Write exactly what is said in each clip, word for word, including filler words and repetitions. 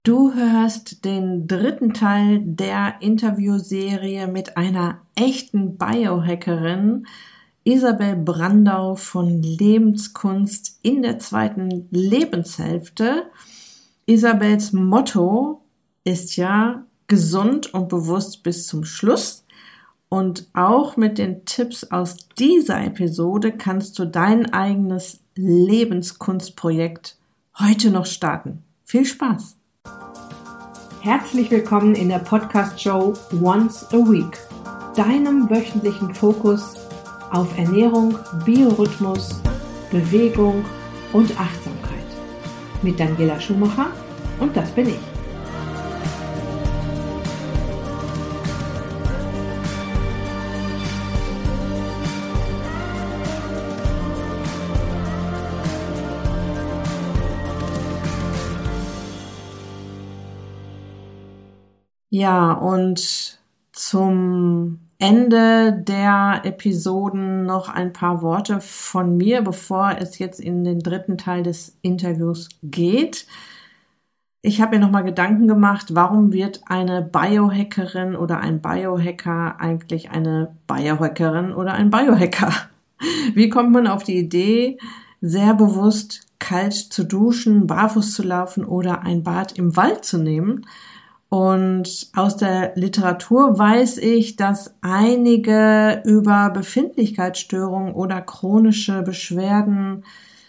Du hörst den dritten Teil der Interviewserie mit einer echten Biohackerin, Isabel Brandau von Lebenskunst in der zweiten Lebenshälfte. Isabels Motto ist ja gesund und bewusst bis zum Schluss. Und auch mit den Tipps aus dieser Episode kannst du dein eigenes Lebenskunstprojekt heute noch starten. Viel Spaß! Herzlich willkommen in der Podcast-Show Once a Week, deinem wöchentlichen Fokus auf Ernährung, Biorhythmus, Bewegung und Achtsamkeit. Mit Daniela Schumacher und das bin ich. Ja, und zum Ende der Episoden noch ein paar Worte von mir, bevor es jetzt in den dritten Teil des Interviews geht. Ich habe mir nochmal Gedanken gemacht, warum wird eine Biohackerin oder ein Biohacker eigentlich eine Biohackerin oder ein Biohacker? Wie kommt man auf die Idee, sehr bewusst kalt zu duschen, barfuß zu laufen oder ein Bad im Wald zu nehmen? Und aus der Literatur weiß ich, dass einige über Befindlichkeitsstörungen oder chronische Beschwerden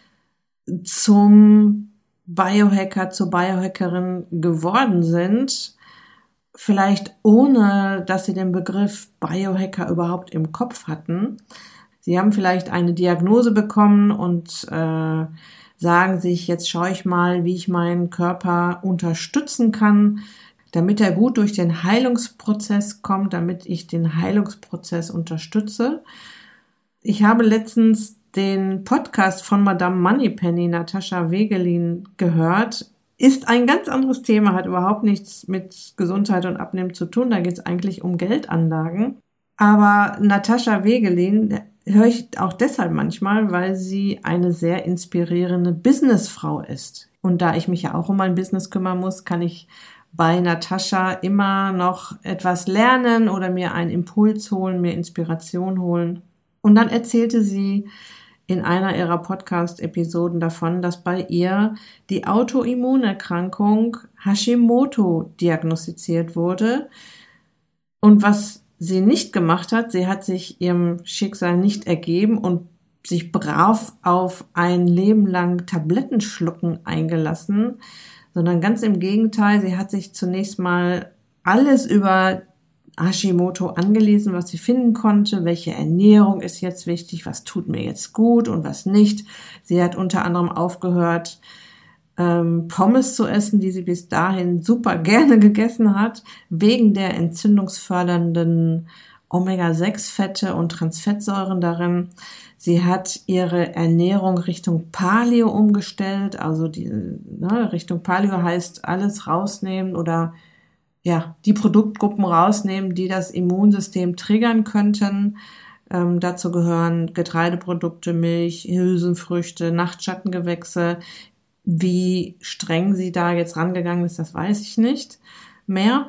zum Biohacker, zur Biohackerin geworden sind. Vielleicht ohne, dass sie den Begriff Biohacker überhaupt im Kopf hatten. Sie haben vielleicht eine Diagnose bekommen und äh, sagen sich, jetzt schaue ich mal, wie ich meinen Körper unterstützen kann, damit er gut durch den Heilungsprozess kommt, damit ich den Heilungsprozess unterstütze. Ich habe letztens den Podcast von Madame Moneypenny, Natascha Wegelin, gehört. Ist ein ganz anderes Thema, hat überhaupt nichts mit Gesundheit und Abnehmen zu tun. Da geht es eigentlich um Geldanlagen. Aber Natascha Wegelin höre ich auch deshalb manchmal, weil sie eine sehr inspirierende Businessfrau ist. Und da ich mich ja auch um mein Business kümmern muss, kann ich bei Natascha immer noch etwas lernen oder mir einen Impuls holen, mir Inspiration holen. Und dann erzählte sie in einer ihrer Podcast-Episoden davon, dass bei ihr die Autoimmunerkrankung Hashimoto diagnostiziert wurde. Und was sie nicht gemacht hat, sie hat sich ihrem Schicksal nicht ergeben und sich brav auf ein Leben lang Tablettenschlucken eingelassen, sondern ganz im Gegenteil, sie hat sich zunächst mal alles über Hashimoto angelesen, was sie finden konnte, welche Ernährung ist jetzt wichtig, was tut mir jetzt gut und was nicht. Sie hat unter anderem aufgehört, ähm, Pommes zu essen, die sie bis dahin super gerne gegessen hat, wegen der entzündungsfördernden Omega sechs Fette und Transfettsäuren darin. Sie hat ihre Ernährung Richtung Paleo umgestellt, also die ne, Richtung Paleo heißt alles rausnehmen oder ja die Produktgruppen rausnehmen, die das Immunsystem triggern könnten. Ähm, dazu gehören Getreideprodukte, Milch, Hülsenfrüchte, Nachtschattengewächse. Wie streng sie da jetzt rangegangen ist, das weiß ich nicht mehr.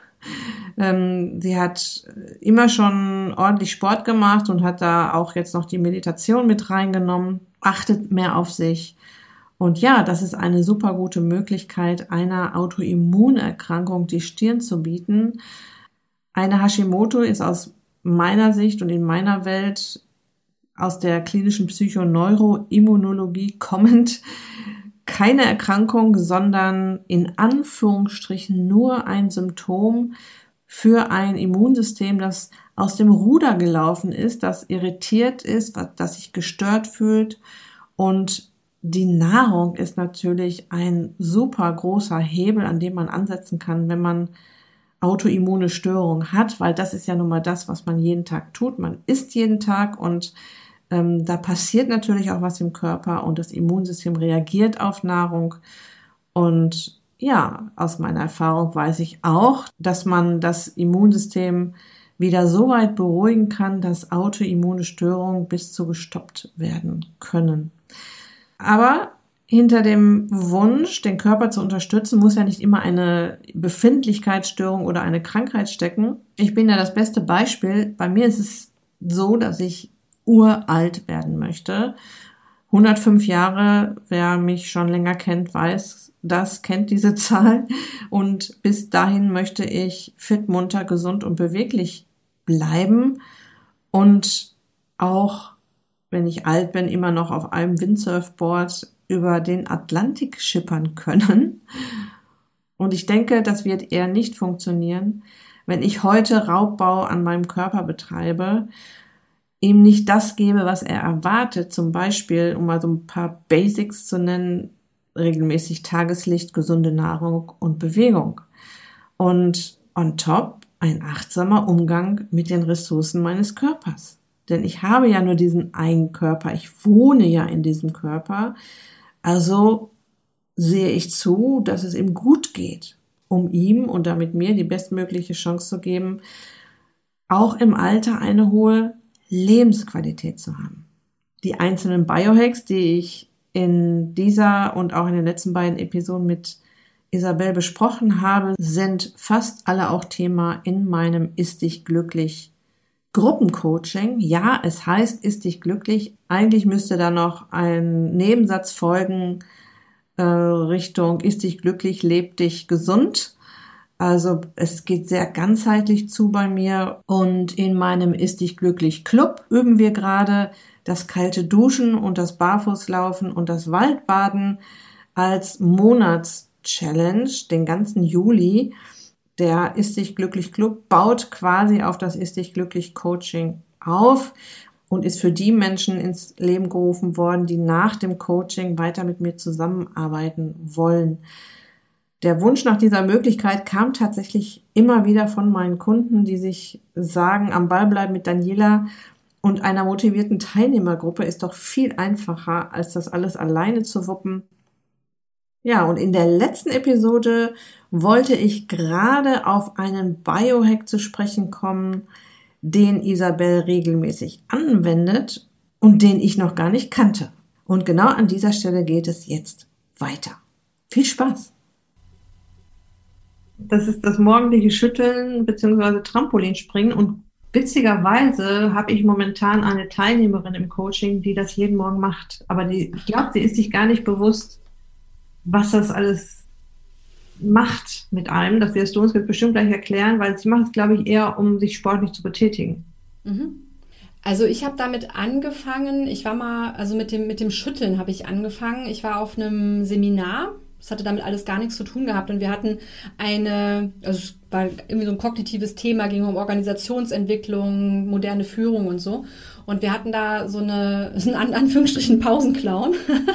Ähm, sie hat immer schon ordentlich Sport gemacht und hat da auch jetzt noch die Meditation mit reingenommen, achtet mehr auf sich. Und ja, das ist eine super gute Möglichkeit, einer Autoimmunerkrankung die Stirn zu bieten. Eine Hashimoto ist aus meiner Sicht und in meiner Welt aus der klinischen Psychoneuroimmunologie kommend keine Erkrankung, sondern in Anführungsstrichen nur ein Symptom für ein Immunsystem, das aus dem Ruder gelaufen ist, das irritiert ist, das sich gestört fühlt. Und die Nahrung ist natürlich ein super großer Hebel, an dem man ansetzen kann, wenn man autoimmune Störungen hat, weil das ist ja nun mal das, was man jeden Tag tut. Man isst jeden Tag und ähm, da passiert natürlich auch was im Körper und das Immunsystem reagiert auf Nahrung. Und ja, aus meiner Erfahrung weiß ich auch, dass man das Immunsystem wieder so weit beruhigen kann, dass autoimmune Störungen bis zu gestoppt werden können. Aber Hinter dem Wunsch, den Körper zu unterstützen, muss ja nicht immer eine Befindlichkeitsstörung oder eine Krankheit stecken. Ich bin ja das beste Beispiel. Bei mir ist es so, dass ich uralt werden möchte. hundertfünf Jahre, wer mich schon länger kennt, weiß, das kennt diese Zahl. Und bis dahin möchte ich fit, munter, gesund und beweglich bleiben und auch, wenn ich alt bin, immer noch auf einem Windsurfboard über den Atlantik schippern können. Und ich denke, das wird eher nicht funktionieren, wenn ich heute Raubbau an meinem Körper betreibe, ihm nicht das gebe, was er erwartet, zum Beispiel, um mal so ein paar Basics zu nennen, regelmäßig Tageslicht, gesunde Nahrung und Bewegung. Und on top ein achtsamer Umgang mit den Ressourcen meines Körpers. Denn ich habe ja nur diesen einen Körper, ich wohne ja in diesem Körper, also sehe ich zu, dass es ihm gut geht, um ihm und damit mir die bestmögliche Chance zu geben, auch im Alter eine hohe Lebensqualität zu haben. Die einzelnen Biohacks, die ich in dieser und auch in den letzten beiden Episoden mit Isabel besprochen habe, sind fast alle auch Thema in meinem Ist dich glücklich Gruppencoaching. Ja, es heißt Ist dich glücklich. Eigentlich müsste da noch ein Nebensatz folgen äh, Richtung Ist dich glücklich, leb dich gesund. Also es geht sehr ganzheitlich zu bei mir und in meinem Ist dich glücklich Club üben wir gerade das kalte Duschen und das Barfußlaufen und das Waldbaden als Monatschallenge den ganzen Juli. Der Ist dich glücklich Club baut quasi auf das Ist dich glücklich Coaching auf und ist für die Menschen ins Leben gerufen worden, die nach dem Coaching weiter mit mir zusammenarbeiten wollen. Der Wunsch nach dieser Möglichkeit kam tatsächlich immer wieder von meinen Kunden, die sich sagen, am Ball bleiben mit Daniela und einer motivierten Teilnehmergruppe ist doch viel einfacher, als das alles alleine zu wuppen. Ja, und in der letzten Episode wollte ich gerade auf einen Biohack zu sprechen kommen, den Isabel regelmäßig anwendet und den ich noch gar nicht kannte. Und genau an dieser Stelle geht es jetzt weiter. Viel Spaß! Das ist das morgendliche Schütteln bzw. Trampolinspringen und witzigerweise habe ich momentan eine Teilnehmerin im Coaching, die das jeden Morgen macht. Aber die, ich glaube, sie ist sich gar nicht bewusst, was das alles macht mit einem. Das wirst du uns jetzt bestimmt gleich erklären, weil sie macht es, glaube ich, eher, um sich sportlich zu betätigen. Mhm. Also ich habe damit angefangen, ich war mal, also mit dem, mit dem Schütteln habe ich angefangen. Ich war auf einem Seminar, das hatte damit alles gar nichts zu tun gehabt und wir hatten eine, also es war irgendwie so ein kognitives Thema, ging um Organisationsentwicklung, moderne Führung und so. Und wir hatten da so eine, in Anführungsstrichen Pausenclown,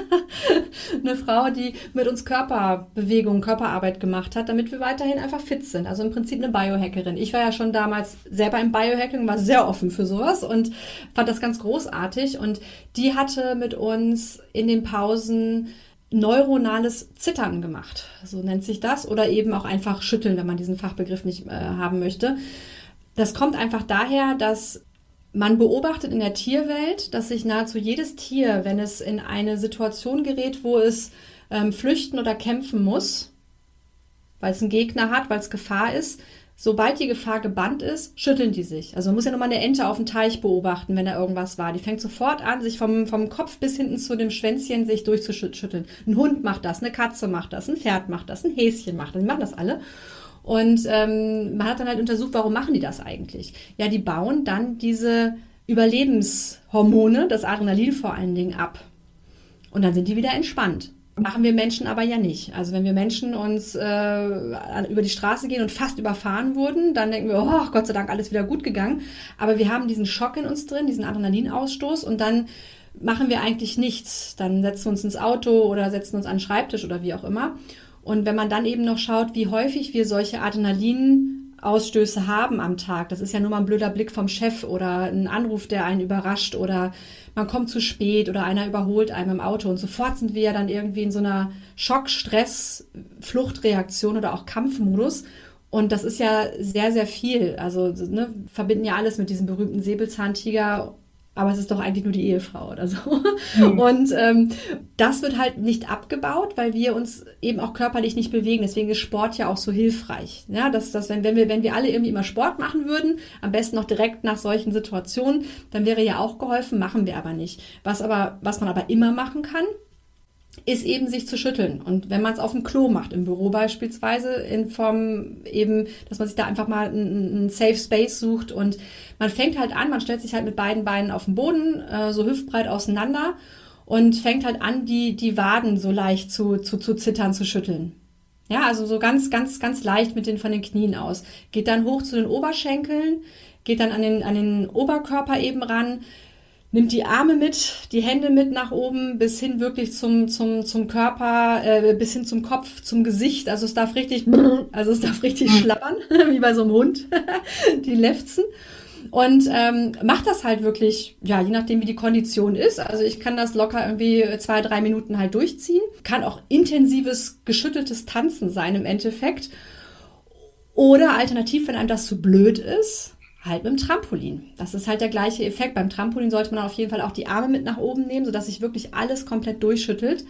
eine Frau, die mit uns Körperbewegung, Körperarbeit gemacht hat, damit wir weiterhin einfach fit sind. Also im Prinzip eine Biohackerin. Ich war ja schon damals selber im Biohacking, war sehr offen für sowas und fand das ganz großartig. Und die hatte mit uns in den Pausen neuronales Zittern gemacht, so nennt sich das, oder eben auch einfach schütteln, wenn man diesen Fachbegriff nicht äh, haben möchte. Das kommt einfach daher, dass man beobachtet in der Tierwelt, dass sich nahezu jedes Tier, wenn es in eine Situation gerät, wo es ähm, flüchten oder kämpfen muss, weil es einen Gegner hat, weil es Gefahr ist, sobald die Gefahr gebannt ist, schütteln die sich. Also man muss ja nochmal eine Ente auf dem Teich beobachten, wenn da irgendwas war. Die fängt sofort an, sich vom, vom Kopf bis hinten zu dem Schwänzchen sich durchzuschütteln. Ein Hund macht das, eine Katze macht das, ein Pferd macht das, ein Häschen macht das, die machen das alle. Und ähm, man hat dann halt untersucht, warum machen die das eigentlich? Ja, die bauen dann diese Überlebenshormone, das Adrenalin vor allen Dingen, ab. Und dann sind die wieder entspannt. Machen wir Menschen aber ja nicht. Also wenn wir Menschen uns äh, über die Straße gehen und fast überfahren wurden, dann denken wir, oh, Gott sei Dank, alles wieder gut gegangen. Aber wir haben diesen Schock in uns drin, diesen Adrenalinausstoß und dann machen wir eigentlich nichts. Dann setzen wir uns ins Auto oder setzen uns an den Schreibtisch oder wie auch immer. Und wenn man dann eben noch schaut, wie häufig wir solche Adrenalinausstöße haben am Tag, das ist ja nur mal ein blöder Blick vom Chef oder ein Anruf, der einen überrascht oder man kommt zu spät oder einer überholt einen im Auto und sofort sind wir ja dann irgendwie in so einer Schock-, Stress-, Fluchtreaktion oder auch Kampfmodus. Und das ist ja sehr, sehr viel. Also ne, verbinden ja alles mit diesem berühmten Säbelzahntiger aber es ist doch eigentlich nur die Ehefrau oder so. Mhm. Und ähm, das wird halt nicht abgebaut, weil wir uns eben auch körperlich nicht bewegen. Deswegen ist Sport ja auch so hilfreich. Ja, dass, dass wenn, wenn, wir, wenn wir alle irgendwie immer Sport machen würden, am besten noch direkt nach solchen Situationen, dann wäre ja auch geholfen, machen wir aber nicht. Was, aber, was man aber immer machen kann, ist eben sich zu schütteln. Und wenn man es auf dem Klo macht, im Büro beispielsweise, in Form eben, dass man sich da einfach mal einen Safe Space sucht und man fängt halt an, man stellt sich halt mit beiden Beinen auf den Boden, äh, so hüftbreit auseinander und fängt halt an, die, die Waden so leicht zu, zu, zu zittern, zu schütteln. Ja, also so ganz, ganz, ganz leicht mit den, von den Knien aus. Geht dann hoch zu den Oberschenkeln, geht dann an den, an den Oberkörper eben ran, nimmt die Arme mit, die Hände mit nach oben, bis hin wirklich zum, zum, zum Körper, äh, bis hin zum Kopf, zum Gesicht. Also es darf richtig, also es darf richtig schlappern, wie bei so einem Hund, die Lefzen. Und ähm, macht das halt wirklich, ja, je nachdem, wie die Kondition ist. Also ich kann das locker irgendwie zwei, drei Minuten halt durchziehen. Kann auch intensives, geschütteltes Tanzen sein im Endeffekt. Oder alternativ, wenn einem das zu blöd ist, halt mit dem Trampolin. Das ist halt der gleiche Effekt. Beim Trampolin sollte man auf jeden Fall auch die Arme mit nach oben nehmen, sodass sich wirklich alles komplett durchschüttelt.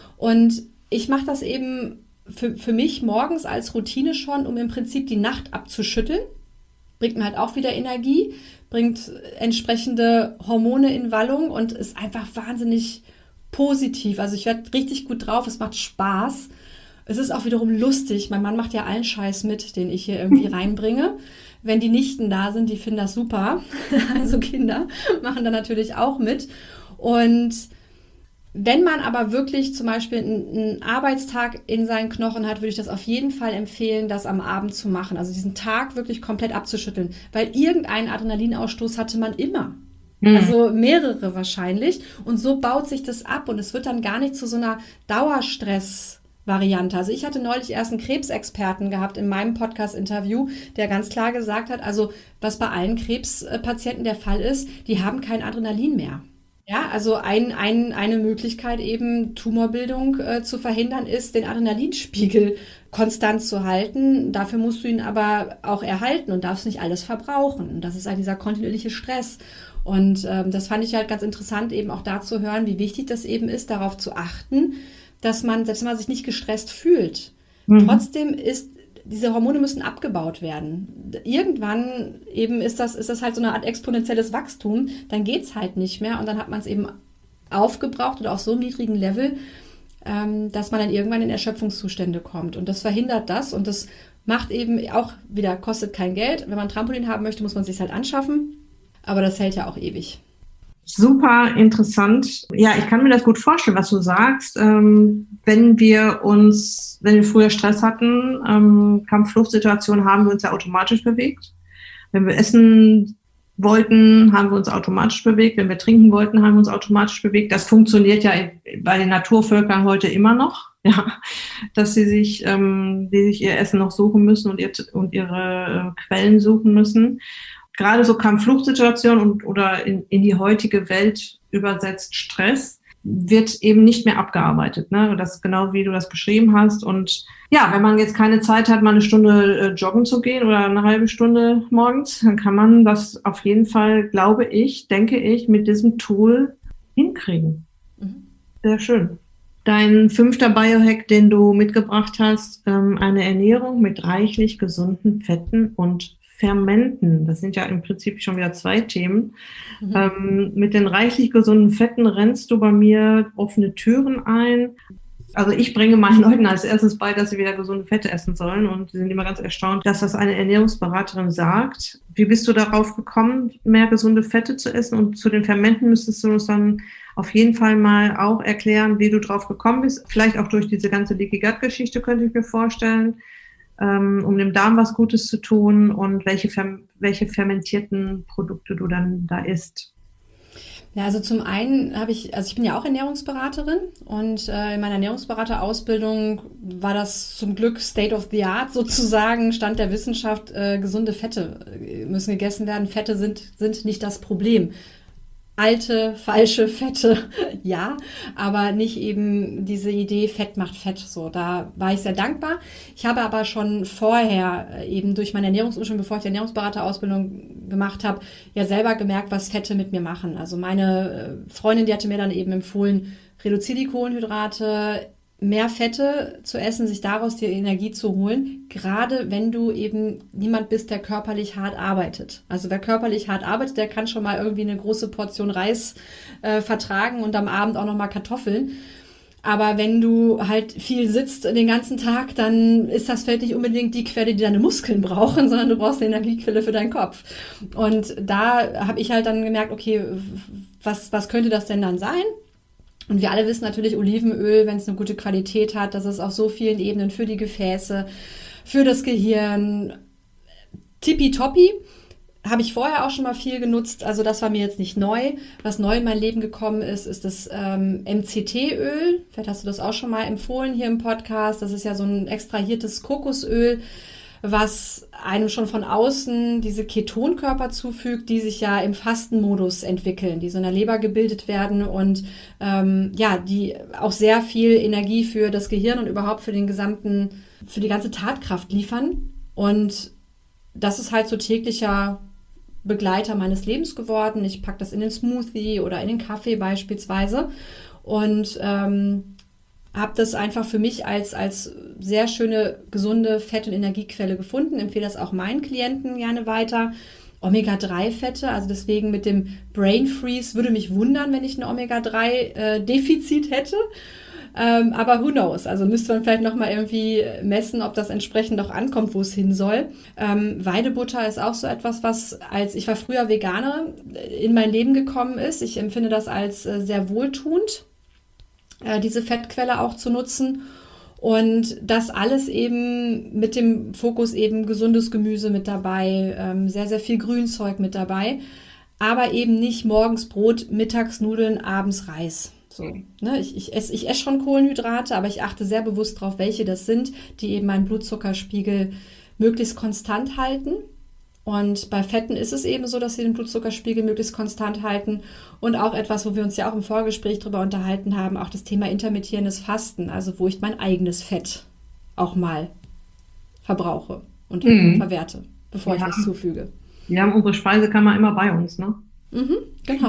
Und ich mache das eben für, für mich morgens als Routine schon, um im Prinzip die Nacht abzuschütteln. Bringt mir halt auch wieder Energie, bringt entsprechende Hormone in Wallung und ist einfach wahnsinnig positiv. Also ich werde richtig gut drauf, es macht Spaß. Es ist auch wiederum lustig. Mein Mann macht ja allen Scheiß mit, den ich hier irgendwie reinbringe. Wenn die Nichten da sind, die finden das super. Also Kinder machen da natürlich auch mit. Und wenn man aber wirklich zum Beispiel einen Arbeitstag in seinen Knochen hat, würde ich das auf jeden Fall empfehlen, das am Abend zu machen. Also diesen Tag wirklich komplett abzuschütteln. Weil irgendeinen Adrenalinausstoß hatte man immer. Mhm. Also mehrere wahrscheinlich. Und so baut sich das ab und es wird dann gar nicht zu so einer Dauerstress- Variante. Also ich hatte neulich erst einen Krebsexperten gehabt in meinem Podcast-Interview, der ganz klar gesagt hat, also was bei allen Krebspatienten der Fall ist, die haben kein Adrenalin mehr. Ja, also ein, ein, eine Möglichkeit eben Tumorbildung äh, zu verhindern ist, den Adrenalinspiegel konstant zu halten. Dafür musst du ihn aber auch erhalten und darfst nicht alles verbrauchen. Und das ist halt dieser kontinuierliche Stress. Und ähm, das fand ich halt ganz interessant, eben auch da zu hören, wie wichtig das eben ist, darauf zu achten, dass man, selbst wenn man sich nicht gestresst fühlt, mhm. trotzdem ist, diese Hormone müssen abgebaut werden. Irgendwann eben ist das, ist das halt so eine Art exponentielles Wachstum, dann geht's halt nicht mehr und dann hat man es eben aufgebraucht oder auf so einem niedrigen Level, ähm, dass man dann irgendwann in Erschöpfungszustände kommt. Und das verhindert das und das macht eben auch wieder, kostet kein Geld. Wenn man ein Trampolin haben möchte, muss man es sich halt anschaffen, aber das hält ja auch ewig. Super interessant. Ja, ich kann mir das gut vorstellen, was du sagst. Ähm, wenn wir uns, wenn wir früher Stress hatten, ähm, Kampf-Flucht-Situationen, haben wir uns ja automatisch bewegt. Wenn wir essen wollten, haben wir uns automatisch bewegt. Wenn wir trinken wollten, haben wir uns automatisch bewegt. Das funktioniert ja bei den Naturvölkern heute immer noch, ja, dass sie sich, ähm, die sich ihr Essen noch suchen müssen und, ihr, und ihre äh, Quellen suchen müssen. Gerade so Kampf-Flucht-Situationen und oder in, in die heutige Welt übersetzt Stress wird eben nicht mehr abgearbeitet. Ne? Das ist genau wie du das beschrieben hast. Und ja, wenn man jetzt keine Zeit hat, mal eine Stunde äh, joggen zu gehen oder eine halbe Stunde morgens, dann kann man das auf jeden Fall, glaube ich, denke ich, mit diesem Tool hinkriegen. Mhm. Sehr schön. Dein fünfter Biohack, den du mitgebracht hast, ähm, eine Ernährung mit reichlich gesunden Fetten und Fermenten. Das sind ja im Prinzip schon wieder zwei Themen. Mhm. Ähm, mit den reichlich gesunden Fetten rennst du bei mir offene Türen ein. Also ich bringe meinen Leuten als erstes bei, dass sie wieder gesunde Fette essen sollen und sie sind immer ganz erstaunt, dass das eine Ernährungsberaterin sagt. Wie bist du darauf gekommen, mehr gesunde Fette zu essen? Und zu den Fermenten müsstest du uns dann auf jeden Fall mal auch erklären, wie du drauf gekommen bist. Vielleicht auch durch diese ganze Leaky Gut Geschichte könnte ich mir vorstellen, um dem Darm was Gutes zu tun und welche, welche fermentierten Produkte du dann da isst. Ja, also zum einen habe ich, also ich bin ja auch Ernährungsberaterin und äh, in meiner Ernährungsberaterausbildung war das zum Glück State of the Art sozusagen, Stand der Wissenschaft, äh, gesunde Fette müssen gegessen werden. Fette sind, sind nicht das Problem. alte, falsche Fette, ja, aber nicht eben diese Idee, Fett macht Fett, so, da war ich sehr dankbar. Ich habe aber schon vorher äh, eben durch meine Ernährungsumstellung, bevor ich die Ernährungsberaterausbildung gemacht habe, ja selber gemerkt, was Fette mit mir machen. Also meine äh, Freundin, die hatte mir dann eben empfohlen, reduziere die Kohlenhydrate, mehr Fette zu essen, sich daraus die Energie zu holen, gerade wenn du eben niemand bist, der körperlich hart arbeitet. Also wer körperlich hart arbeitet, der kann schon mal irgendwie eine große Portion Reis äh, vertragen und am Abend auch nochmal Kartoffeln. Aber wenn du halt viel sitzt den ganzen Tag, dann ist das Fett nicht unbedingt die Quelle, die deine Muskeln brauchen, sondern du brauchst eine Energiequelle für deinen Kopf. Und da habe ich halt dann gemerkt, okay, was, was könnte das denn dann sein? Und wir alle wissen natürlich, Olivenöl, wenn es eine gute Qualität hat, dass es auf so vielen Ebenen für die Gefäße, für das Gehirn, tippitoppi, habe ich vorher auch schon mal viel genutzt. Also das war mir jetzt nicht neu. Was neu in mein Leben gekommen ist, ist das ähm, M C T-Öl. Vielleicht hast du das auch schon mal empfohlen hier im Podcast. Das ist ja so ein extrahiertes Kokosöl, was einem schon von außen diese Ketonkörper zufügt, die sich ja im Fastenmodus entwickeln, die so in der Leber gebildet werden und ähm, ja, die auch sehr viel Energie für das Gehirn und überhaupt für den gesamten, für die ganze Tatkraft liefern. Und das ist halt so täglicher Begleiter meines Lebens geworden. Ich packe das in den Smoothie oder in den Kaffee beispielsweise und ähm, habe das einfach für mich als, als sehr schöne, gesunde Fett- und Energiequelle gefunden. Empfehle das auch meinen Klienten gerne weiter. Omega drei Fette, also deswegen mit dem Brain Freeze, würde mich wundern, wenn ich ein Omega drei Defizit hätte. Ähm, aber who knows? Also müsste man vielleicht nochmal irgendwie messen, ob das entsprechend auch ankommt, wo es hin soll. Ähm, Weidebutter ist auch so etwas, was als, ich war früher Veganer, in mein Leben gekommen ist. Ich empfinde das als äh, sehr wohltuend, diese Fettquelle auch zu nutzen und das alles eben mit dem Fokus eben gesundes Gemüse mit dabei, ähm, sehr, sehr viel Grünzeug mit dabei, aber eben nicht morgens Brot, mittags Nudeln, abends Reis. So, ne? Ich, ich esse ich ess schon Kohlenhydrate, aber ich achte sehr bewusst darauf, welche das sind, die eben meinen Blutzuckerspiegel möglichst konstant halten. Und bei Fetten ist es eben so, dass sie den Blutzuckerspiegel möglichst konstant halten. Und auch etwas, wo wir uns ja auch im Vorgespräch drüber unterhalten haben, auch das Thema intermittierendes Fasten, also wo ich mein eigenes Fett auch mal verbrauche und mhm. verwerte, bevor ja. ich es zufüge. Wir haben unsere Speisekammer immer bei uns, ne? Mhm, genau.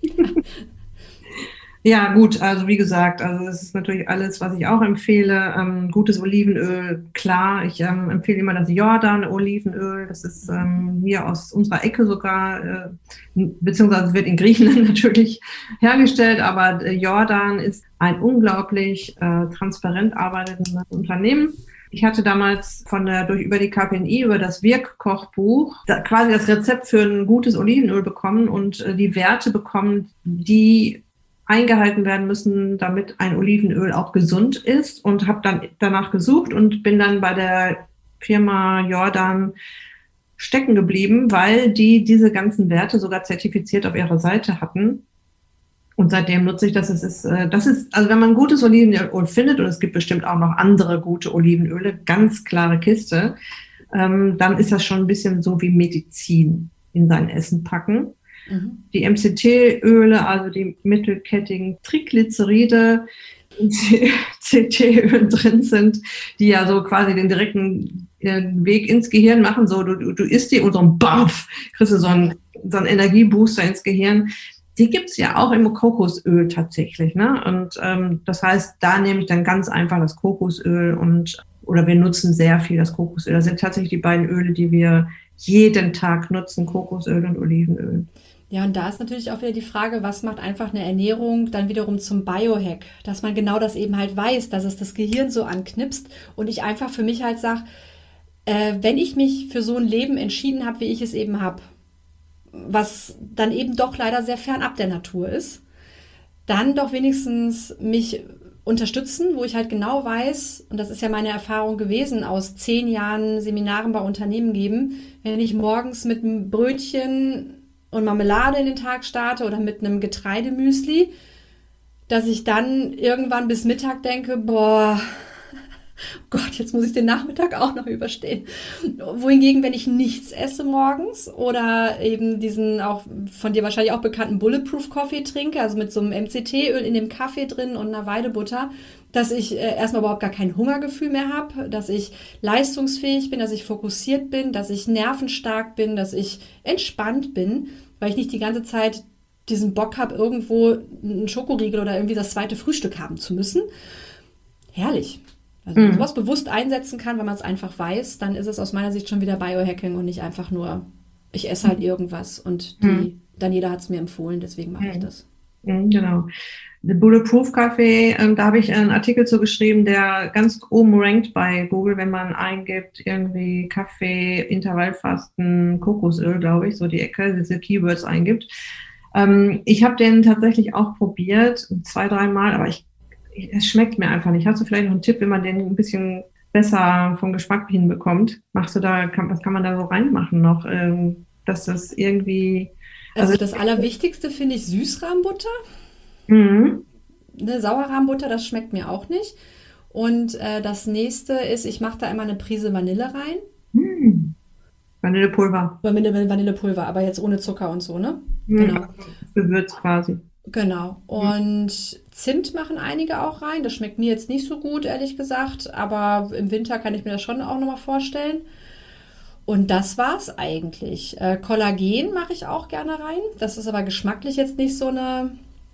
Ja, gut, also wie gesagt, also das ist natürlich alles, was ich auch empfehle. Ähm, gutes Olivenöl, klar. Ich ähm, empfehle immer das Jordan-Olivenöl. Das ist ähm, hier aus unserer Ecke sogar, äh, beziehungsweise es wird in Griechenland natürlich hergestellt, aber äh, Jordan ist ein unglaublich äh, transparent arbeitendes Unternehmen. Ich hatte damals von der, durch, über die K P N I, über das Wirkkochbuch, da, quasi das Rezept für ein gutes Olivenöl bekommen und äh, die Werte bekommen, die eingehalten werden müssen, damit ein Olivenöl auch gesund ist, und habe dann danach gesucht und bin dann bei der Firma Jordan stecken geblieben, weil die diese ganzen Werte sogar zertifiziert auf ihrer Seite hatten. Und seitdem nutze ich das. Es ist, das ist, also wenn man gutes Olivenöl findet, und es gibt bestimmt auch noch andere gute Olivenöle, ganz klare Kiste, ähm, dann ist das schon ein bisschen so wie Medizin in sein Essen packen. Mhm. Die M C T-Öle, also die mittelkettigen Triglyceride, C T-Öl drin sind, die ja so quasi den direkten äh, Weg ins Gehirn machen. So, du, du, du isst die und so ein Bampf, kriegst du so einen, so einen Energiebooster ins Gehirn. Die gibt's ja auch im Kokosöl tatsächlich, ne? Und ähm, das heißt, da nehme ich dann ganz einfach das Kokosöl und, oder wir nutzen sehr viel das Kokosöl. Das sind tatsächlich die beiden Öle, die wir jeden Tag nutzen, Kokosöl und Olivenöl. Ja, und da ist natürlich auch wieder die Frage, was macht einfach eine Ernährung dann wiederum zum Biohack? Dass man genau das eben halt weiß, dass es das Gehirn so anknipst und ich einfach für mich halt sage, äh, wenn ich mich für so ein Leben entschieden habe, wie ich es eben habe, was dann eben doch leider sehr fernab der Natur ist, dann doch wenigstens mich unterstützen, wo ich halt genau weiß, und das ist ja meine Erfahrung gewesen aus zehn Jahren Seminaren bei Unternehmen geben, wenn ich morgens mit einem Brötchen und Marmelade in den Tag starte oder mit einem Getreidemüsli, dass ich dann irgendwann bis Mittag denke, boah, Gott, jetzt muss ich den Nachmittag auch noch überstehen. Wohingegen, wenn ich nichts esse morgens oder eben diesen auch von dir wahrscheinlich auch bekannten Bulletproof Coffee trinke, also mit so einem M C T-Öl in dem Kaffee drin und einer Weidebutter, dass ich äh, erstmal überhaupt gar kein Hungergefühl mehr habe, dass ich leistungsfähig bin, dass ich fokussiert bin, dass ich nervenstark bin, dass ich entspannt bin, weil ich nicht die ganze Zeit diesen Bock habe, irgendwo einen Schokoriegel oder irgendwie das zweite Frühstück haben zu müssen. Herrlich. Also wenn man Mhm. sowas bewusst einsetzen kann, wenn man es einfach weiß, dann ist es aus meiner Sicht schon wieder Biohacking und nicht einfach nur, ich esse halt irgendwas und Mhm. die Daniela hat es mir empfohlen, deswegen mache ich Mhm. das. Mhm, genau. The Bulletproof Kaffee, ähm, da habe ich einen Artikel zu geschrieben, der ganz oben rankt bei Google, wenn man eingibt, irgendwie Kaffee, Intervallfasten, Kokosöl, glaube ich, so die Ecke, diese Keywords eingibt. Ähm, ich habe den tatsächlich auch probiert, zwei, dreimal, aber ich, ich, es schmeckt mir einfach nicht. Hast du vielleicht noch einen Tipp, wie man den ein bisschen besser vom Geschmack hinbekommt? Machst du da, kann, was kann man da so reinmachen noch, ähm, dass das irgendwie, also, Also das Allerwichtigste finde ich Süßrahmbutter. mhm. Ne, Sauerrahmbutter, das schmeckt mir auch nicht. Und äh, das nächste ist, ich mache da immer eine Prise Vanille rein. Hm. Vanillepulver. Vanille, Vanillepulver, aber jetzt ohne Zucker und so, ne? Hm. Genau. Gewürz quasi. Genau. Hm. Und Zimt machen einige auch rein. Das schmeckt mir jetzt nicht so gut, ehrlich gesagt. Aber im Winter kann ich mir das schon auch nochmal vorstellen. Und das war's eigentlich. Äh, Kollagen mache ich auch gerne rein. Das ist aber geschmacklich jetzt nicht so eine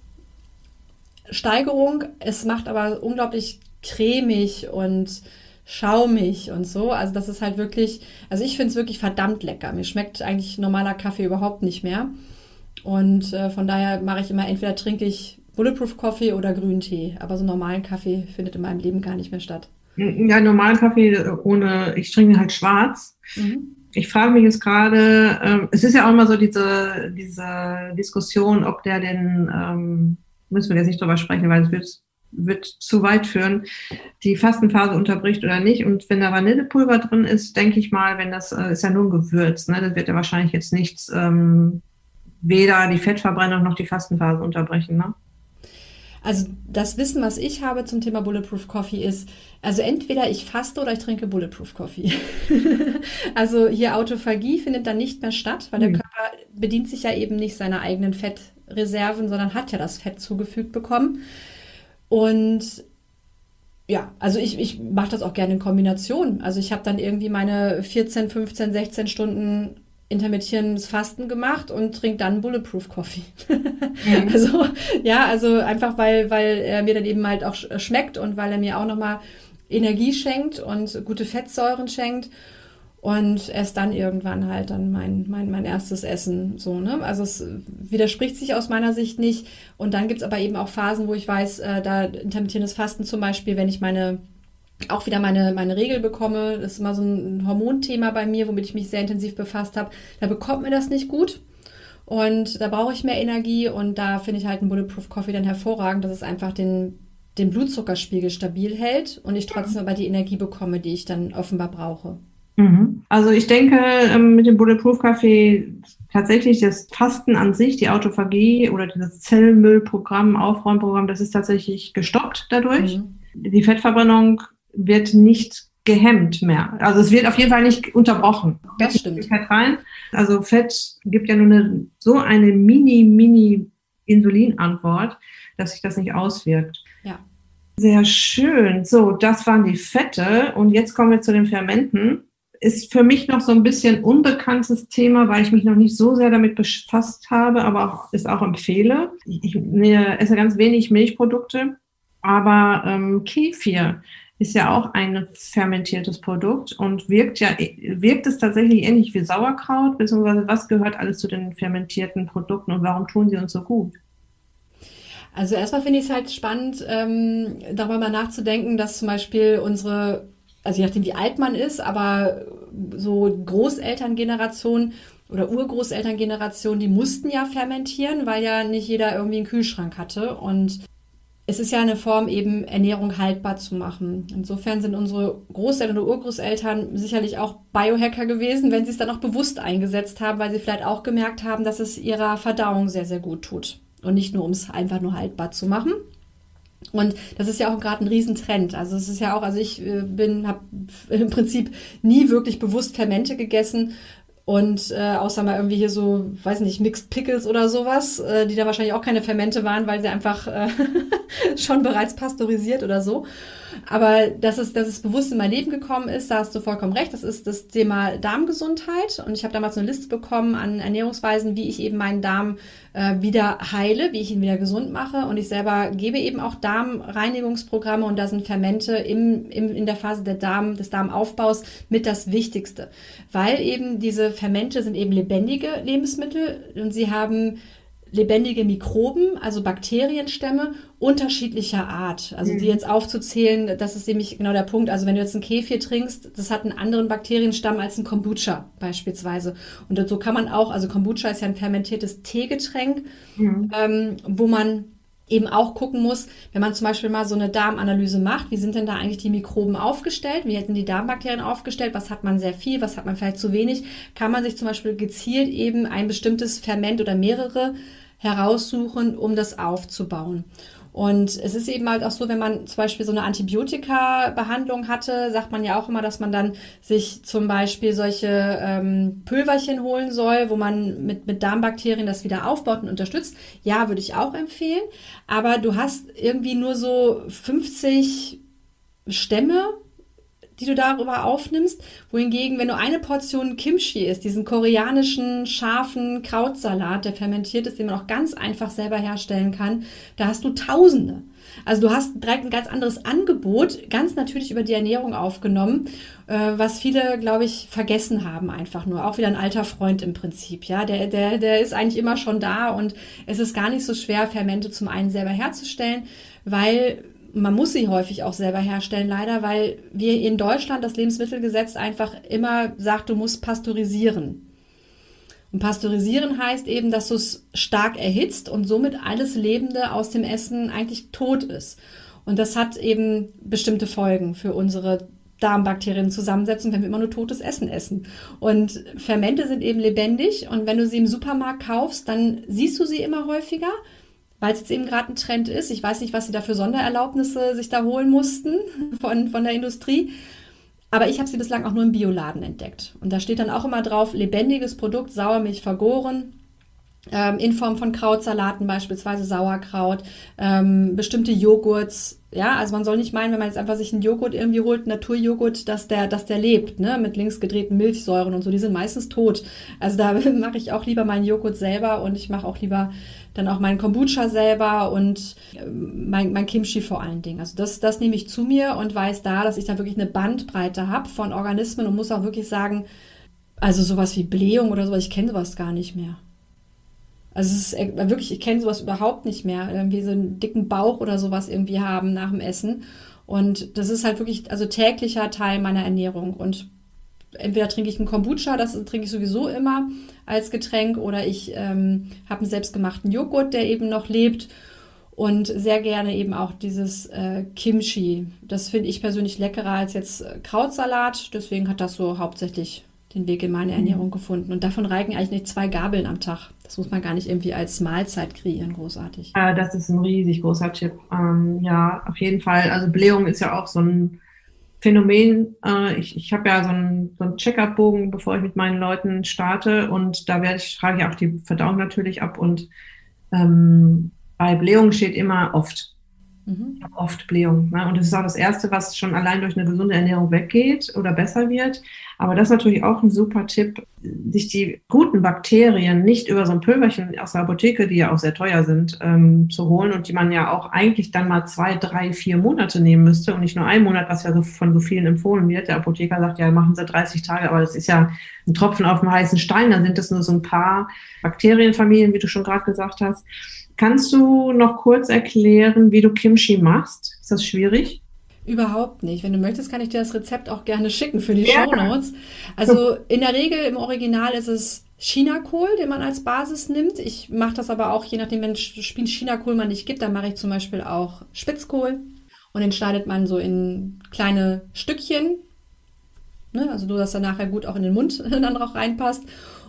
Steigerung. Es macht aber unglaublich cremig und schaumig und so. Also das ist halt wirklich, also ich finde es wirklich verdammt lecker. Mir schmeckt eigentlich normaler Kaffee überhaupt nicht mehr. Und äh, von daher mache ich immer, entweder trinke ich Bulletproof Coffee oder grünen Tee. Aber so normalen Kaffee findet in meinem Leben gar nicht mehr statt. Ja, normalen Kaffee ohne, ich trinke halt schwarz. Mhm. Ich frage mich jetzt gerade, ähm, es ist ja auch immer so diese, diese Diskussion, ob der den, ähm, müssen wir jetzt nicht drüber sprechen, weil es wird, wird zu weit führen, die Fastenphase unterbricht oder nicht. Und wenn da Vanillepulver drin ist, denke ich mal, wenn das, äh, ist ja nur ein Gewürz, ne, das wird ja wahrscheinlich jetzt nichts, ähm, weder die Fettverbrennung noch die Fastenphase unterbrechen, ne? Also das Wissen, was ich habe zum Thema Bulletproof Coffee ist, also entweder ich faste oder ich trinke Bulletproof Coffee. Also hier Autophagie findet dann nicht mehr statt, weil der Hm. Körper bedient sich ja eben nicht seiner eigenen Fettreserven, sondern hat ja das Fett zugefügt bekommen. Und ja, also ich, ich mache das auch gerne in Kombination. Also ich habe dann irgendwie meine vierzehn, fünfzehn, sechzehn Stunden intermittierendes Fasten gemacht und trinke dann Bulletproof Coffee. Mhm. Also ja, also einfach weil, weil er mir dann eben halt auch sch- schmeckt und weil er mir auch nochmal Energie schenkt und gute Fettsäuren schenkt. Und erst dann irgendwann halt dann mein, mein, mein erstes Essen. So, ne? Also es widerspricht sich aus meiner Sicht nicht. Und dann gibt's aber eben auch Phasen, wo ich weiß, äh, da intermittierendes Fasten zum Beispiel, wenn ich meine auch wieder meine, meine Regel bekomme, das ist immer so ein Hormonthema bei mir, womit ich mich sehr intensiv befasst habe, da bekommt mir das nicht gut. Und da brauche ich mehr Energie und da finde ich halt einen Bulletproof Coffee dann hervorragend, dass es einfach den, den Blutzuckerspiegel stabil hält und ich trotzdem aber die Energie bekomme, die ich dann offenbar brauche. Mhm. Also ich denke, ähm, mit dem Bulletproof Kaffee tatsächlich das Fasten an sich, die Autophagie oder dieses Zellmüllprogramm, Aufräumprogramm, das ist tatsächlich gestoppt dadurch. Mhm. Die Fettverbrennung wird nicht gehemmt mehr. Also es wird auf jeden Fall nicht unterbrochen. Es Das geht nicht stimmt. Fett rein. Also Fett gibt ja nur eine, so eine mini, mini Insulinantwort, dass sich das nicht auswirkt. Ja. Sehr schön. So, das waren die Fette. Und jetzt kommen wir zu den Fermenten. Ist für mich noch so ein bisschen unbekanntes Thema, weil ich mich noch nicht so sehr damit befasst habe, aber auch, es auch empfehle. Ich, ich esse ganz wenig Milchprodukte, aber ähm, Kefir ist ja auch ein fermentiertes Produkt und wirkt ja, wirkt es tatsächlich ähnlich wie Sauerkraut, beziehungsweise was gehört alles zu den fermentierten Produkten und warum tun sie uns so gut? Also erstmal finde ich es halt spannend, ähm, darüber mal nachzudenken, dass zum Beispiel unsere, also je nachdem wie alt man ist, aber so Großelterngeneration oder Urgroßelterngeneration, die mussten ja fermentieren, weil ja nicht jeder irgendwie einen Kühlschrank hatte. Und es ist ja eine Form, eben Ernährung haltbar zu machen. Insofern sind unsere Großeltern oder Urgroßeltern sicherlich auch Biohacker gewesen, wenn sie es dann auch bewusst eingesetzt haben, weil sie vielleicht auch gemerkt haben, dass es ihrer Verdauung sehr, sehr gut tut. Und nicht nur, um es einfach nur haltbar zu machen. Und das ist ja auch gerade ein Riesentrend. Also es ist ja auch, also ich äh, bin, habe im Prinzip nie wirklich bewusst Fermente gegessen und äh, außer mal irgendwie hier so, weiß nicht, Mixed Pickles oder sowas, äh, die da wahrscheinlich auch keine Fermente waren, weil sie einfach äh, schon bereits pasteurisiert oder so. Aber dass es, dass es bewusst in mein Leben gekommen ist, da hast du vollkommen recht. Das ist das Thema Darmgesundheit. Und ich habe damals eine Liste bekommen an Ernährungsweisen, wie ich eben meinen Darm äh, wieder heile, wie ich ihn wieder gesund mache. Und ich selber gebe eben auch Darmreinigungsprogramme und da sind Fermente im, im, in der Phase der Darm, des Darmaufbaus mit das Wichtigste. Weil eben diese Fermente sind eben lebendige Lebensmittel und sie haben lebendige Mikroben, also Bakterienstämme unterschiedlicher Art. Also die jetzt aufzuzählen, das ist nämlich genau der Punkt. Also wenn du jetzt einen Kefir trinkst, das hat einen anderen Bakterienstamm als ein Kombucha beispielsweise. Und so kann man auch, also Kombucha ist ja ein fermentiertes Teegetränk, Mhm. ähm, wo man eben auch gucken muss, wenn man zum Beispiel mal so eine Darmanalyse macht, wie sind denn da eigentlich die Mikroben aufgestellt, wie hätten die Darmbakterien aufgestellt, was hat man sehr viel, was hat man vielleicht zu wenig, kann man sich zum Beispiel gezielt eben ein bestimmtes Ferment oder mehrere heraussuchen, um das aufzubauen. Und es ist eben halt auch so, wenn man zum Beispiel so eine Antibiotika-Behandlung hatte, sagt man ja auch immer, dass man dann sich zum Beispiel solche ähm, Pülverchen holen soll, wo man mit, mit Darmbakterien das wieder aufbaut und unterstützt. Ja, würde ich auch empfehlen. Aber du hast irgendwie nur so fünfzig Stämme, die du darüber aufnimmst, wohingegen, wenn du eine Portion Kimchi isst, diesen koreanischen scharfen Krautsalat, der fermentiert ist, den man auch ganz einfach selber herstellen kann, da hast du Tausende. Also du hast direkt ein ganz anderes Angebot, ganz natürlich über die Ernährung aufgenommen, äh, was viele, glaube ich, vergessen haben einfach nur. Auch wieder ein alter Freund im Prinzip, ja, der, der, der ist eigentlich immer schon da und es ist gar nicht so schwer, Fermente zum einen selber herzustellen, weil man muss sie häufig auch selber herstellen, leider, weil wir in Deutschland das Lebensmittelgesetz einfach immer sagt, du musst pasteurisieren. Und pasteurisieren heißt eben, dass du es stark erhitzt und somit alles Lebende aus dem Essen eigentlich tot ist. Und das hat eben bestimmte Folgen für unsere Darmbakterienzusammensetzung, wenn wir immer nur totes Essen essen. Und Fermente sind eben lebendig und wenn du sie im Supermarkt kaufst, dann siehst du sie immer häufiger, weil es jetzt eben gerade ein Trend ist. Ich weiß nicht, was sie da für Sondererlaubnisse sich da holen mussten von, von der Industrie. Aber ich habe sie bislang auch nur im Bioladen entdeckt. Und da steht dann auch immer drauf, lebendiges Produkt, Sauermilch vergoren, ähm, in Form von Krautsalaten, beispielsweise Sauerkraut, ähm, bestimmte Joghurts. Ja, also man soll nicht meinen, wenn man jetzt einfach sich einen Joghurt irgendwie holt, Naturjoghurt, dass der, dass der lebt, ne, mit links gedrehten Milchsäuren und so, die sind meistens tot. Also da mache ich auch lieber meinen Joghurt selber und ich mache auch lieber dann auch meinen Kombucha selber und mein, mein Kimchi vor allen Dingen. Also das, das nehme ich zu mir und weiß da, dass ich da wirklich eine Bandbreite habe von Organismen und muss auch wirklich sagen, also sowas wie Blähung oder sowas, ich kenne sowas gar nicht mehr. Also es ist äh, wirklich, ich kenne sowas überhaupt nicht mehr. Irgendwie so einen dicken Bauch oder sowas irgendwie haben nach dem Essen. Und das ist halt wirklich, also täglicher Teil meiner Ernährung. Und entweder trinke ich einen Kombucha, das trinke ich sowieso immer als Getränk, oder ich ähm, habe einen selbstgemachten Joghurt, der eben noch lebt. Und sehr gerne eben auch dieses äh, Kimchi. Das finde ich persönlich leckerer als jetzt äh, Krautsalat. Deswegen hat das so hauptsächlich den Weg in meine Ernährung gefunden. Und davon reichen eigentlich nicht zwei Gabeln am Tag. Das muss man gar nicht irgendwie als Mahlzeit kreieren, großartig. Äh, das ist ein riesig großer Tipp. Ähm, ja, auf jeden Fall. Also Blähung ist ja auch so ein Phänomen. Äh, ich ich habe ja so einen, so einen Check-up-Bogen, bevor ich mit meinen Leuten starte. Und da werde ich, frage ich auch die Verdauung natürlich ab. Und ähm, bei Blähung steht immer oft. Mhm. Ich habe oft Blähung. Ne? Und das ist auch das Erste, was schon allein durch eine gesunde Ernährung weggeht oder besser wird. Aber das ist natürlich auch ein super Tipp, sich die guten Bakterien nicht über so ein Pülverchen aus der Apotheke, die ja auch sehr teuer sind, ähm, zu holen und die man ja auch eigentlich dann mal zwei, drei, vier Monate nehmen müsste und nicht nur einen Monat, was ja so von so vielen empfohlen wird. Der Apotheker sagt, ja, machen Sie dreißig Tage, aber das ist ja ein Tropfen auf dem heißen Stein. Dann sind das nur so ein paar Bakterienfamilien, wie du schon gerade gesagt hast. Kannst du noch kurz erklären, wie du Kimchi machst? Ist das schwierig? Überhaupt nicht. Wenn du möchtest, kann ich dir das Rezept auch gerne schicken für die Ja. Shownotes. Also in der Regel im Original ist es Chinakohl, den man als Basis nimmt. Ich mache das aber auch, je nachdem, wenn es Chinakohl man nicht gibt, dann mache ich zum Beispiel auch Spitzkohl. Und den schneidet man so in kleine Stückchen, ne? Also so, dass er nachher gut auch in den Mund dann auch reinpasst.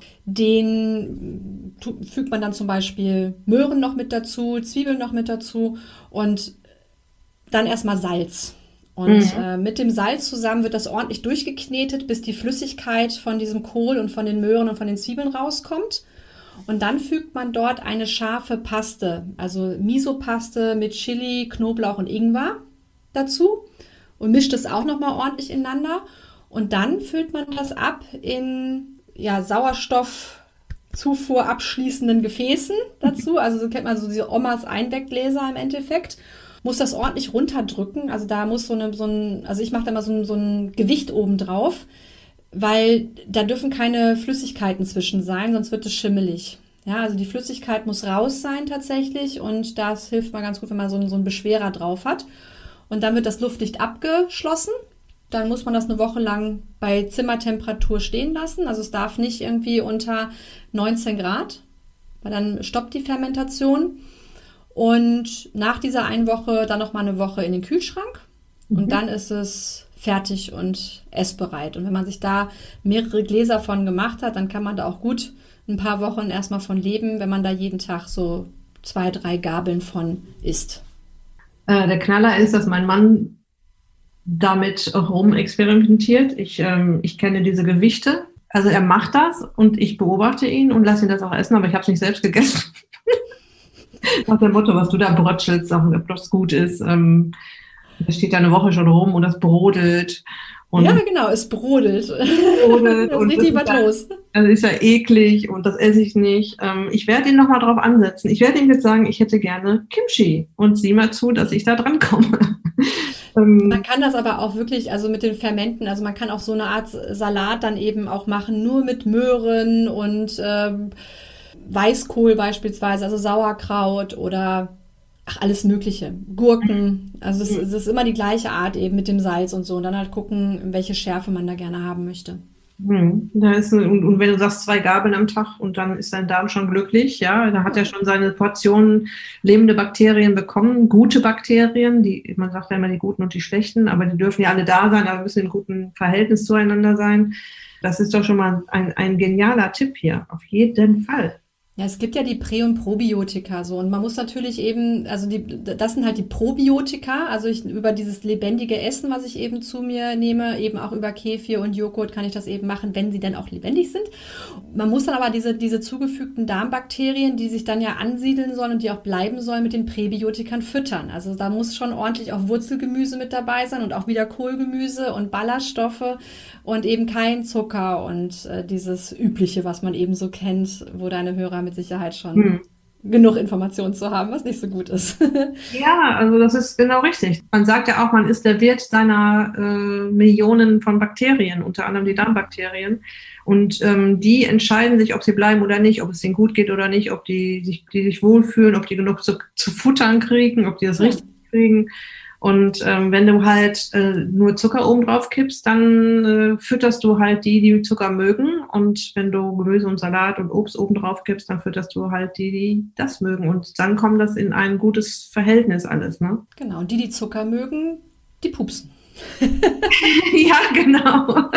Den fügt man dann zum Beispiel Möhren noch mit dazu, Zwiebeln noch mit dazu und dann erstmal Salz. Und Mhm. äh, mit dem Salz zusammen wird das ordentlich durchgeknetet, bis die Flüssigkeit von diesem Kohl und von den Möhren und von den Zwiebeln rauskommt. Und dann fügt man dort eine scharfe Paste, also Miso-Paste mit Chili, Knoblauch und Ingwer dazu und mischt es auch nochmal ordentlich ineinander. Und dann füllt man das ab in ja, Sauerstoffzufuhr abschließenden Gefäßen dazu. Also so kennt man so diese Omas Einweggläser im Endeffekt. Muss das ordentlich runterdrücken. Also da muss so, eine, so ein, also ich mache da mal so ein, so ein Gewicht oben drauf, weil da dürfen keine Flüssigkeiten zwischen sein, sonst wird es schimmelig. Ja, also die Flüssigkeit muss raus sein tatsächlich und das hilft mal ganz gut, wenn man so einen, so einen Beschwerer drauf hat. Und dann wird das luftdicht abgeschlossen. Dann muss man das eine Woche lang bei Zimmertemperatur stehen lassen. Also es darf nicht irgendwie unter neunzehn Grad, weil dann stoppt die Fermentation. Und nach dieser einen Woche dann noch mal eine Woche in den Kühlschrank. Und Mhm. dann ist es fertig und essbereit. Und wenn man sich da mehrere Gläser von gemacht hat, dann kann man da auch gut ein paar Wochen erstmal von leben, wenn man da jeden Tag so zwei, drei Gabeln von isst. Äh, der Knaller ist, dass mein Mann damit rumexperimentiert. Ich, ähm, ich kenne diese Gewichte. Also er macht das und ich beobachte ihn und lasse ihn das auch essen, aber ich habe es nicht selbst gegessen. Nach dem Motto, was du da brötschelst, ob das gut ist. Ähm, das steht da eine Woche schon rum und das brodelt. Und Ja, genau, es brodelt. brodelt Da ist und richtig das was ist ja, los. das ist ja eklig und das esse ich nicht. Ähm, ich werde ihn nochmal drauf ansetzen. Ich werde ihm jetzt sagen, ich hätte gerne Kimchi und sieh mal zu, dass ich da dran komme. Man ähm, kann das aber auch wirklich, also mit den Fermenten, also man kann auch so eine Art Salat dann eben auch machen, nur mit Möhren und ähm, Weißkohl beispielsweise, also Sauerkraut oder ach, alles Mögliche. Gurken. Also es, es ist immer die gleiche Art eben mit dem Salz und so. Und dann halt gucken, welche Schärfe man da gerne haben möchte. hm, da ist, und, und wenn du sagst zwei Gabeln am Tag und dann ist dein Darm schon glücklich, ja, da hat er schon seine Portionen lebende Bakterien bekommen, gute Bakterien, die, man sagt ja immer die guten und die schlechten, aber die dürfen ja alle da sein, aber müssen in gutem Verhältnis zueinander sein. Das ist doch schon mal ein, ein genialer Tipp hier, auf jeden Fall. Ja, es gibt ja die Prä- und Probiotika so und man muss natürlich eben, also die, das sind halt die Probiotika, also ich, über dieses lebendige Essen, was ich eben zu mir nehme, eben auch über Kefir und Joghurt kann ich das eben machen, wenn sie denn auch lebendig sind. Man muss dann aber diese, diese zugefügten Darmbakterien, die sich dann ja ansiedeln sollen und die auch bleiben sollen, mit den Präbiotikern füttern. Also da muss schon ordentlich auch Wurzelgemüse mit dabei sein und auch wieder Kohlgemüse und Ballaststoffe und eben kein Zucker und äh, dieses Übliche, was man eben so kennt, wo deine Hörer mit Sicherheit schon Hm. genug Informationen zu haben, was nicht so gut ist. Ja, also das ist genau richtig. Man sagt ja auch, man ist der Wirt seiner äh, Millionen von Bakterien, unter anderem die Darmbakterien. Und ähm, die entscheiden sich, ob sie bleiben oder nicht, ob es ihnen gut geht oder nicht, ob die sich, die sich wohlfühlen, ob die genug zu, zu futtern kriegen, ob die das Ja. richtig kriegen. Und ähm, wenn du halt äh, nur Zucker oben drauf kippst, dann äh, fütterst du halt die, die Zucker mögen. Und wenn du Gemüse und Salat und Obst oben drauf kippst, dann fütterst du halt die, die das mögen. Und dann kommt das in ein gutes Verhältnis alles, ne? Genau, und die, die Zucker mögen, die pupsen. Ja, genau.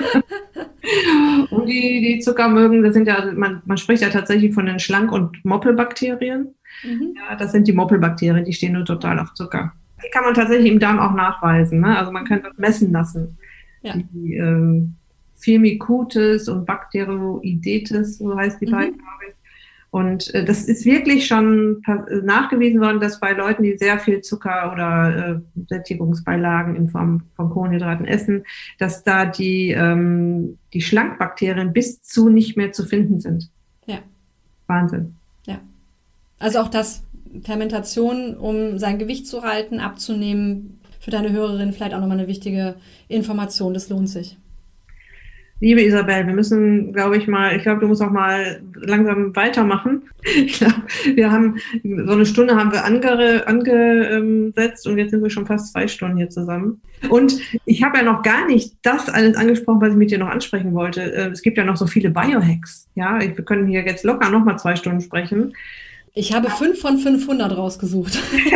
Und die, die Zucker mögen, das sind ja, also man, man spricht ja tatsächlich von den Schlank- und Moppelbakterien. Mhm. Ja, das sind die Moppelbakterien, die stehen nur total auf Zucker. Die kann man tatsächlich im Darm auch nachweisen, ne? Also man kann das messen lassen. Ja. Die ähm, Firmicutes und Bacteroidetes, so heißt die Mhm. beiden, glaube ich. Und äh, das ist wirklich schon pa- nachgewiesen worden, dass bei Leuten, die sehr viel Zucker oder äh, Sättigungsbeilagen in Form von Kohlenhydraten essen, dass da die, ähm, die Schlankbakterien bis zu nicht mehr zu finden sind. Ja. Wahnsinn. Ja. Also auch das Fermentation, um sein Gewicht zu halten, abzunehmen, für deine Hörerin vielleicht auch nochmal eine wichtige Information. Das lohnt sich. Liebe Isabel, wir müssen, glaube ich mal, ich glaube, du musst auch mal langsam weitermachen. Ich glaube, wir haben, so eine Stunde haben wir ange, angesetzt und jetzt sind wir schon fast zwei Stunden hier zusammen. Und ich habe ja noch gar nicht das alles angesprochen, was ich mit dir noch ansprechen wollte. Es gibt ja noch so viele Biohacks. Ja, wir können hier jetzt locker noch mal zwei Stunden sprechen. Ich habe fünf von fünfhundert rausgesucht.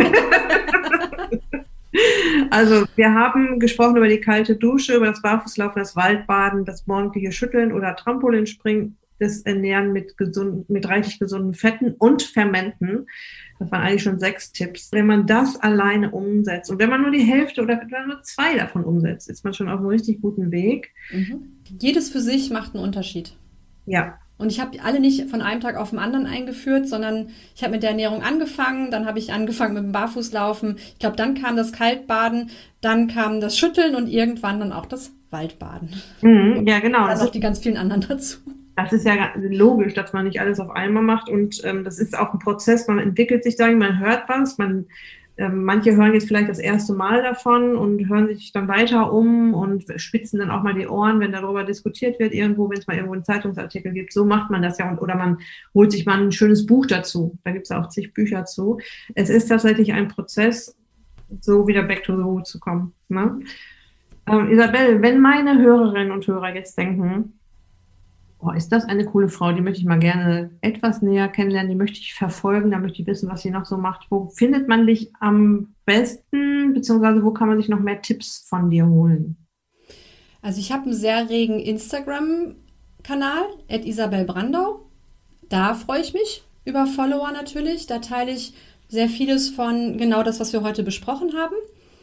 Also wir haben gesprochen über die kalte Dusche, über das Barfußlaufen, das Waldbaden, das morgendliche Schütteln oder Trampolinspringen das Ernähren mit gesund, mit reichlich gesunden Fetten und Fermenten. Das waren eigentlich schon sechs Tipps. Wenn man das alleine umsetzt und wenn man nur die Hälfte oder wenn man nur zwei davon umsetzt, ist man schon auf einem richtig guten Weg. Mhm. Jedes für sich macht einen Unterschied. Ja. Und ich habe alle nicht von einem Tag auf den anderen eingeführt, sondern ich habe mit der Ernährung angefangen, dann habe ich angefangen mit dem Barfußlaufen. Ich glaube, dann kam das Kaltbaden, dann kam das Schütteln und irgendwann dann auch das Waldbaden. Mhm, ja, genau. Dann noch die ganz vielen anderen dazu. Das ist ja logisch, dass man nicht alles auf einmal macht und ähm, das ist auch ein Prozess, man entwickelt sich da, man hört was, man, ähm, manche hören jetzt vielleicht das erste Mal davon und hören sich dann weiter um und spitzen dann auch mal die Ohren, wenn darüber diskutiert wird irgendwo, wenn es mal irgendwo einen Zeitungsartikel gibt, so macht man das ja und, oder man holt sich mal ein schönes Buch dazu, da gibt es auch zig Bücher zu. Es ist tatsächlich ein Prozess, so wieder back to the root zu kommen. Ne? Ähm, Isabel, wenn meine Hörerinnen und Hörer jetzt denken, oh, ist das eine coole Frau, die möchte ich mal gerne etwas näher kennenlernen, die möchte ich verfolgen, da möchte ich wissen, was sie noch so macht. Wo findet man dich am besten, beziehungsweise wo kann man sich noch mehr Tipps von dir holen? Also ich habe einen sehr regen Instagram-Kanal, at Isabel Brandau. Da freue ich mich über Follower natürlich. Da teile ich sehr vieles von genau das, was wir heute besprochen haben.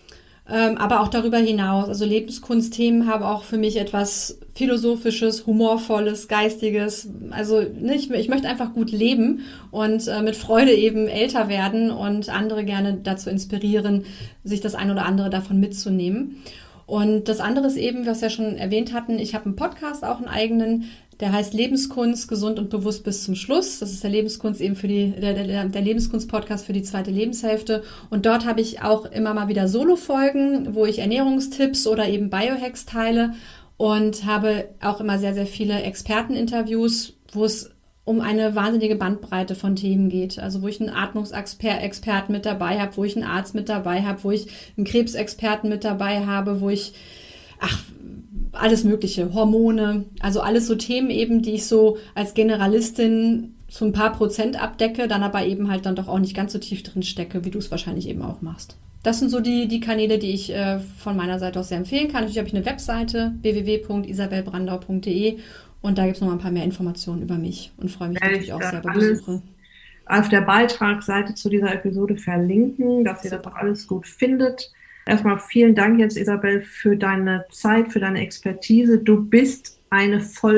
Ähm, aber auch darüber hinaus. Also Lebenskunstthemen haben auch für mich etwas Philosophisches, Humorvolles, Geistiges. Also ne, ich, ich möchte einfach gut leben und äh, mit Freude eben älter werden und andere gerne dazu inspirieren, sich das ein oder andere davon mitzunehmen. Und das andere ist eben, was wir schon erwähnt hatten, ich habe einen Podcast, auch einen eigenen, der heißt Lebenskunst, gesund und bewusst bis zum Schluss. Das ist der Lebenskunst eben für die, der, der, der Lebenskunst-Podcast für die zweite Lebenshälfte. Und dort habe ich auch immer mal wieder Solo-Folgen, wo ich Ernährungstipps oder eben Biohacks teile und habe auch immer sehr, sehr viele Experteninterviews, wo es um eine wahnsinnige Bandbreite von Themen geht. Also wo ich einen Atmungsexperten mit dabei habe, wo ich einen Arzt mit dabei habe, wo ich einen Krebsexperten mit dabei habe, wo ich, ach, alles Mögliche, Hormone, also alles so Themen eben, die ich so als Generalistin so ein paar Prozent abdecke, dann aber eben halt dann doch auch nicht ganz so tief drin stecke, wie du es wahrscheinlich eben auch machst. Das sind so die, die Kanäle, die ich äh, von meiner Seite aus sehr empfehlen kann. Natürlich habe ich eine Webseite, w w w punkt isabelbrandau punkt d e und da gibt es noch mal ein paar mehr Informationen über mich und freue mich ja, natürlich auch sehr über Besuche. Auf der Beitragsseite zu dieser Episode verlinken, dass ihr das auch alles gut findet. Erstmal vielen Dank jetzt, Isabel, für deine Zeit, für deine Expertise. Du bist eine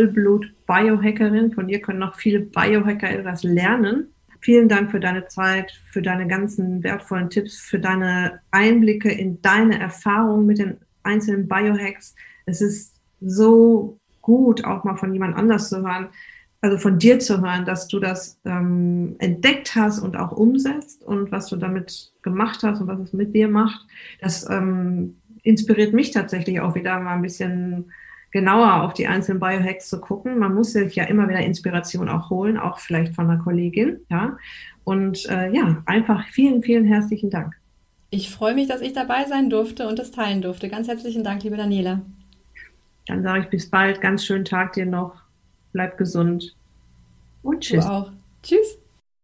Vollblut-Biohackerin. Von dir können noch viele Biohacker etwas lernen. Vielen Dank für deine Zeit, für deine ganzen wertvollen Tipps, für deine Einblicke in deine Erfahrungen mit den einzelnen Biohacks. Es ist so gut, auch mal von jemand anders zu hören, also von dir zu hören, dass du das ähm, entdeckt hast und auch umsetzt und was du damit gemacht hast und was es mit dir macht. Das ähm, inspiriert mich tatsächlich auch wieder mal ein bisschen genauer auf die einzelnen Biohacks zu gucken. Man muss sich ja immer wieder Inspiration auch holen, auch vielleicht von einer Kollegin. Ja? Und äh, ja, einfach vielen, vielen herzlichen Dank. Ich freue mich, dass ich dabei sein durfte und das teilen durfte. Ganz herzlichen Dank, liebe Daniela. Dann sage ich bis bald. Ganz schönen Tag dir noch. Bleib gesund. Und tschüss. Du auch. Tschüss.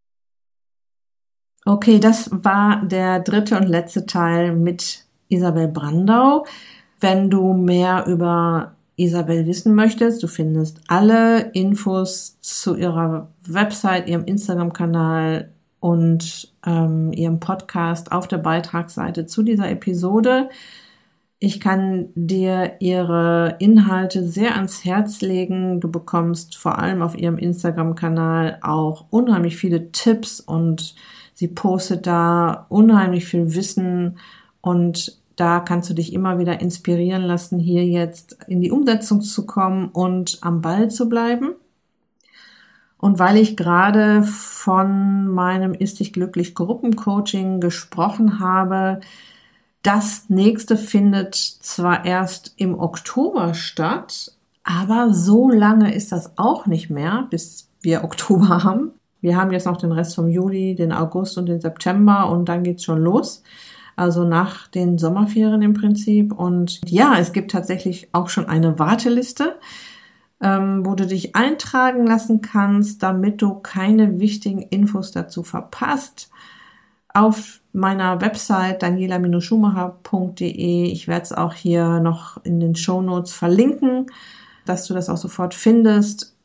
Okay, das war der dritte und letzte Teil mit Isabel Brandau. Wenn du mehr über Isabel wissen möchtest, du findest alle Infos zu ihrer Website, ihrem Instagram-Kanal und ähm, ihrem Podcast auf der Beitragsseite zu dieser Episode. Ich kann dir ihre Inhalte sehr ans Herz legen. Du bekommst vor allem auf ihrem Instagram-Kanal auch unheimlich viele Tipps und sie postet da unheimlich viel Wissen und da kannst du dich immer wieder inspirieren lassen, hier jetzt in die Umsetzung zu kommen und am Ball zu bleiben. Und weil ich gerade von meinem Ist dich glücklich Gruppencoaching gesprochen habe, das nächste findet zwar erst im Oktober statt, aber so lange ist das auch nicht mehr, bis wir Oktober haben. Wir haben jetzt noch den Rest vom Juli, den August und den September und dann geht's schon los. Also nach den Sommerferien im Prinzip. Und ja, es gibt tatsächlich auch schon eine Warteliste, ähm, wo du dich eintragen lassen kannst, damit du keine wichtigen Infos dazu verpasst. Auf meiner Website daniela Bindestrich schumacher punkt de. Ich werde es auch hier noch in den Shownotes verlinken, dass du das auch sofort findest.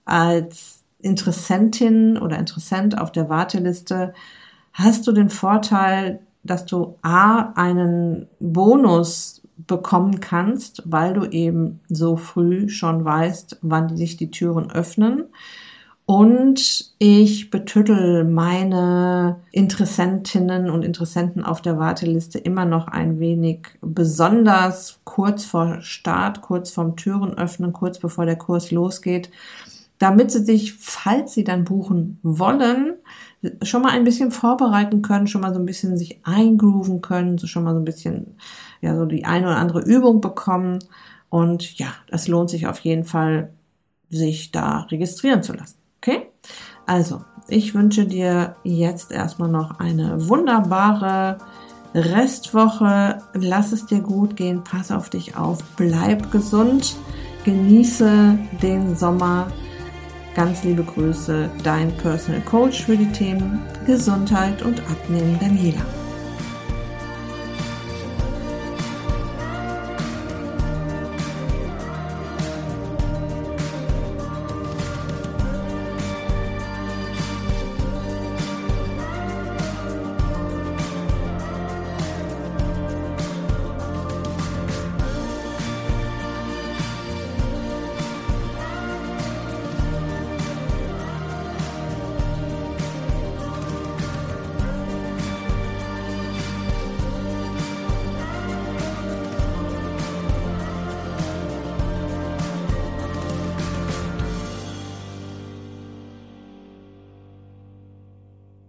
als Interessentin oder Interessent auf der Warteliste hast du den Vorteil, dass du A, einen Bonus bekommen kannst, weil du eben so früh schon weißt, wann sich die Türen öffnen. Und ich betüttel meine Interessentinnen und Interessenten auf der Warteliste immer noch ein wenig, besonders kurz vor Start, kurz vorm Türenöffnen, kurz bevor der Kurs losgeht, damit sie sich, falls sie dann buchen wollen, schon mal ein bisschen vorbereiten können, schon mal so ein bisschen sich eingrooven können, so schon mal so ein bisschen, ja, so die eine oder andere Übung bekommen. Und ja, es lohnt sich auf jeden Fall, sich da registrieren zu lassen. Okay? Also, ich wünsche dir jetzt erstmal noch eine wunderbare Restwoche. Lass es dir gut gehen, pass auf dich auf, bleib gesund, genieße den Sommer. Ganz liebe Grüße, dein Personal Coach für die Themen Gesundheit und Abnehmen, Daniela.